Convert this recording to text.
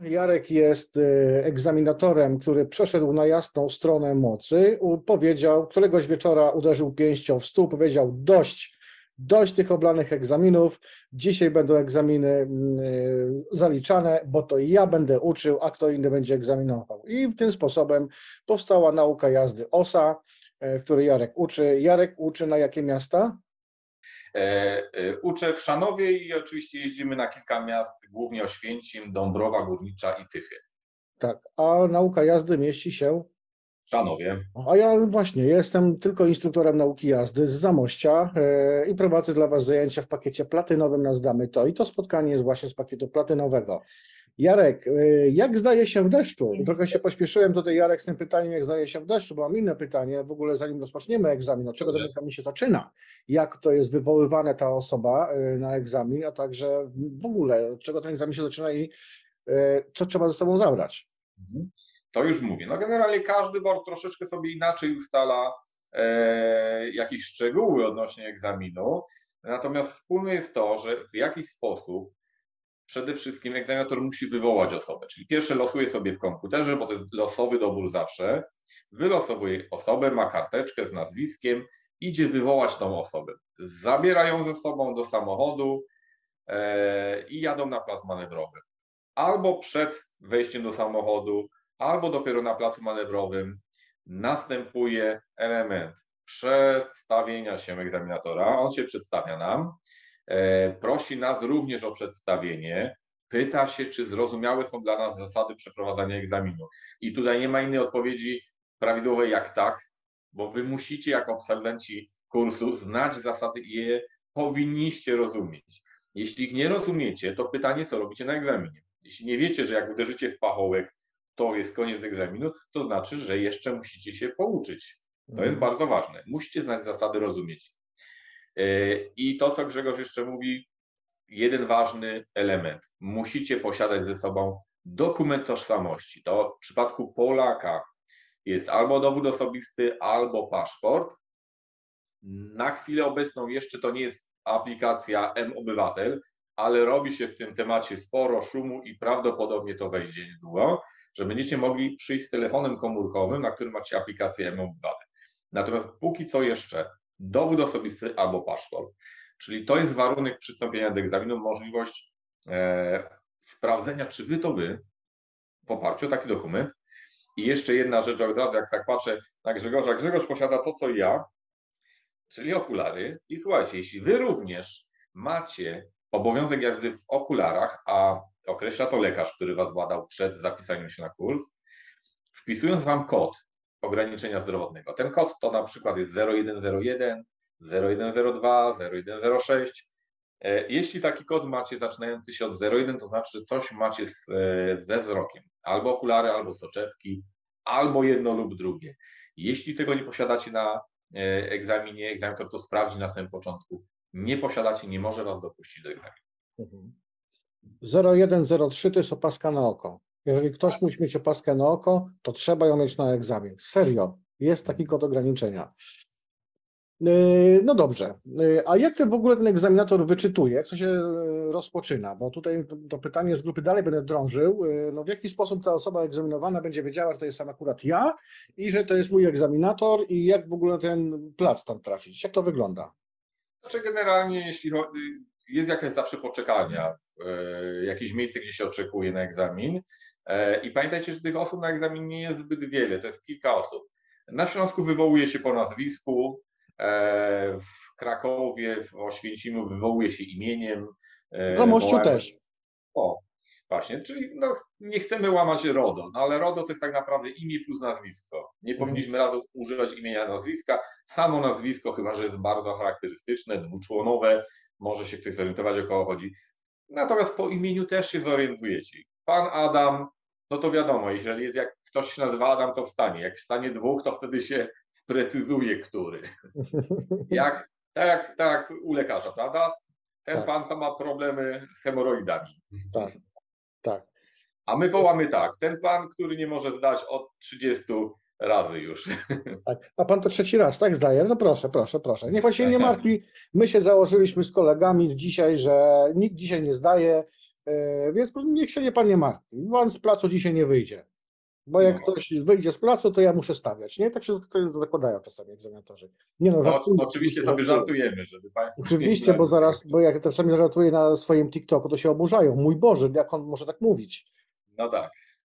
Jarek jest egzaminatorem, który przeszedł na jasną stronę mocy. Powiedział, któregoś wieczora uderzył pięścią w stół, powiedział: dość tych oblanych egzaminów, dzisiaj będą egzaminy zaliczane, bo to ja będę uczył, a kto inny będzie egzaminował. I tym sposobem powstała nauka jazdy OSA, który Jarek uczy. Jarek uczy na jakie miasta? Uczę w Szanowie i oczywiście jeździmy na kilka miast, głównie Oświęcim, Dąbrowa Górnicza i Tychy. Tak, a nauka jazdy mieści się? W Szanowie. A ja właśnie jestem tylko instruktorem nauki jazdy z Zamościa i prowadzę dla Was zajęcia w pakiecie platynowym na Zdamy To. I to spotkanie jest właśnie z pakietu platynowego. Jarek, jak zdaje się w deszczu? Trochę się pośpieszyłem tutaj, Jarek, z tym pytaniem, jak zdaje się w deszczu, bo mam inne pytanie, w ogóle zanim rozpoczniemy egzamin, od czego ten egzamin się zaczyna, jak to jest wywoływane ta osoba na egzamin, a także w ogóle, od czego ten egzamin się zaczyna i co trzeba ze sobą zabrać. To już mówię. No generalnie każdy BOR troszeczkę sobie inaczej ustala jakieś szczegóły odnośnie egzaminu, natomiast wspólne jest to, że w jakiś sposób przede wszystkim egzaminator musi wywołać osobę, czyli pierwsze losuje sobie w komputerze, bo to jest losowy dobór zawsze, wylosowuje osobę, ma karteczkę z nazwiskiem, idzie wywołać tą osobę. Zabiera ją ze sobą do samochodu i jadą na plac manewrowy. Albo przed wejściem do samochodu, albo dopiero na placu manewrowym następuje element przedstawienia się egzaminatora. On się przedstawia nam, prosi nas również o przedstawienie, pyta się, czy zrozumiałe są dla nas zasady przeprowadzania egzaminu. I tutaj nie ma innej odpowiedzi prawidłowej jak tak, bo wy musicie jako absolwenci kursu znać zasady i je powinniście rozumieć. Jeśli ich nie rozumiecie, to pytanie, co robicie na egzaminie. Jeśli nie wiecie, że jak uderzycie w pachołek, to jest koniec egzaminu, to znaczy, że jeszcze musicie się pouczyć. To jest bardzo ważne. Musicie znać zasady, rozumieć. I to, co Grzegorz jeszcze mówi, jeden ważny element. Musicie posiadać ze sobą dokument tożsamości. To w przypadku Polaka jest albo dowód osobisty, albo paszport. Na chwilę obecną jeszcze to nie jest aplikacja M-Obywatel, ale robi się w tym temacie sporo szumu i prawdopodobnie to wejdzie niedługo, że będziecie mogli przyjść z telefonem komórkowym, na którym macie aplikację M-Obywatel. Natomiast póki co jeszcze dowód osobisty albo paszport. Czyli to jest warunek przystąpienia do egzaminu, możliwość sprawdzenia, czy wy to wy, w oparciu o taki dokument. I jeszcze jedna rzecz od razu, jak tak patrzę na Grzegorza. Grzegorz posiada to, co i ja, czyli okulary. I słuchajcie, jeśli wy również macie obowiązek jazdy w okularach, a określa to lekarz, który was badał przed zapisaniem się na kurs, wpisując wam kod ograniczenia zdrowotnego. Ten kod to na przykład jest 0101, 0102, 0106. Jeśli taki kod macie zaczynający się od 01, to znaczy, że coś macie ze wzrokiem. Albo okulary, albo soczewki, albo jedno lub drugie. Jeśli tego nie posiadacie na egzaminie, egzaminator to sprawdzi na samym początku. Nie posiadacie, nie może was dopuścić do egzaminu. 0103 to jest opaska na oko. Jeżeli ktoś musi mieć opaskę na oko, to trzeba ją mieć na egzamin. Serio, jest taki kod ograniczenia. No dobrze, a jak w ogóle ten egzaminator wyczytuje, jak to się rozpoczyna? Bo tutaj to pytanie z grupy dalej będę drążył. No w jaki sposób ta osoba egzaminowana będzie wiedziała, że to jestem akurat ja i że to jest mój egzaminator i jak w ogóle ten plac tam trafić? Jak to wygląda? Znaczy generalnie, jeśli jest jakaś zawsze poczekalnia, jakieś miejsce, gdzie się oczekuje na egzamin i pamiętajcie, że tych osób na egzamin nie jest zbyt wiele, to jest kilka osób. Na Śląsku wywołuje się po nazwisku, w Krakowie, w Oświęcimiu wywołuje się imieniem. W Zamościu też. O, właśnie, czyli no, nie chcemy łamać RODO, no ale RODO to jest tak naprawdę imię plus nazwisko. Nie powinniśmy razem używać imienia nazwiska. Samo nazwisko, chyba że jest bardzo charakterystyczne, dwuczłonowe, może się ktoś zorientować, o kogo chodzi. Natomiast po imieniu też się zorientujecie. Pan Adam, no to wiadomo, jeżeli jest jak ktoś się nazywa Adam, to wstanie. Jak wstanie dwóch, to wtedy się sprecyzuje, który. Tak jak u lekarza, prawda? Ten pan sam ma problemy z hemoroidami. Tak, tak. A my wołamy tak, ten pan, który nie może zdać od 30 razy już. Tak. A pan to trzeci raz, tak zdaje? No proszę, proszę, proszę. Niech pan się nie martwi. My się założyliśmy z kolegami dzisiaj, że nikt dzisiaj nie zdaje. Więc niech się nie pan nie martwi. Pan z placu dzisiaj nie wyjdzie. Bo jak No. ktoś wyjdzie z placu, to ja muszę stawiać. Nie? Tak się to zakładają czasami egzaminatorzy. Nie no, To żartuję. oczywiście sobie żartujemy, żeby Państwo Oczywiście, bo zaraz, bo jak czasami żartuję na swoim TikToku, to się oburzają. Mój Boże, jak on może tak mówić? No tak.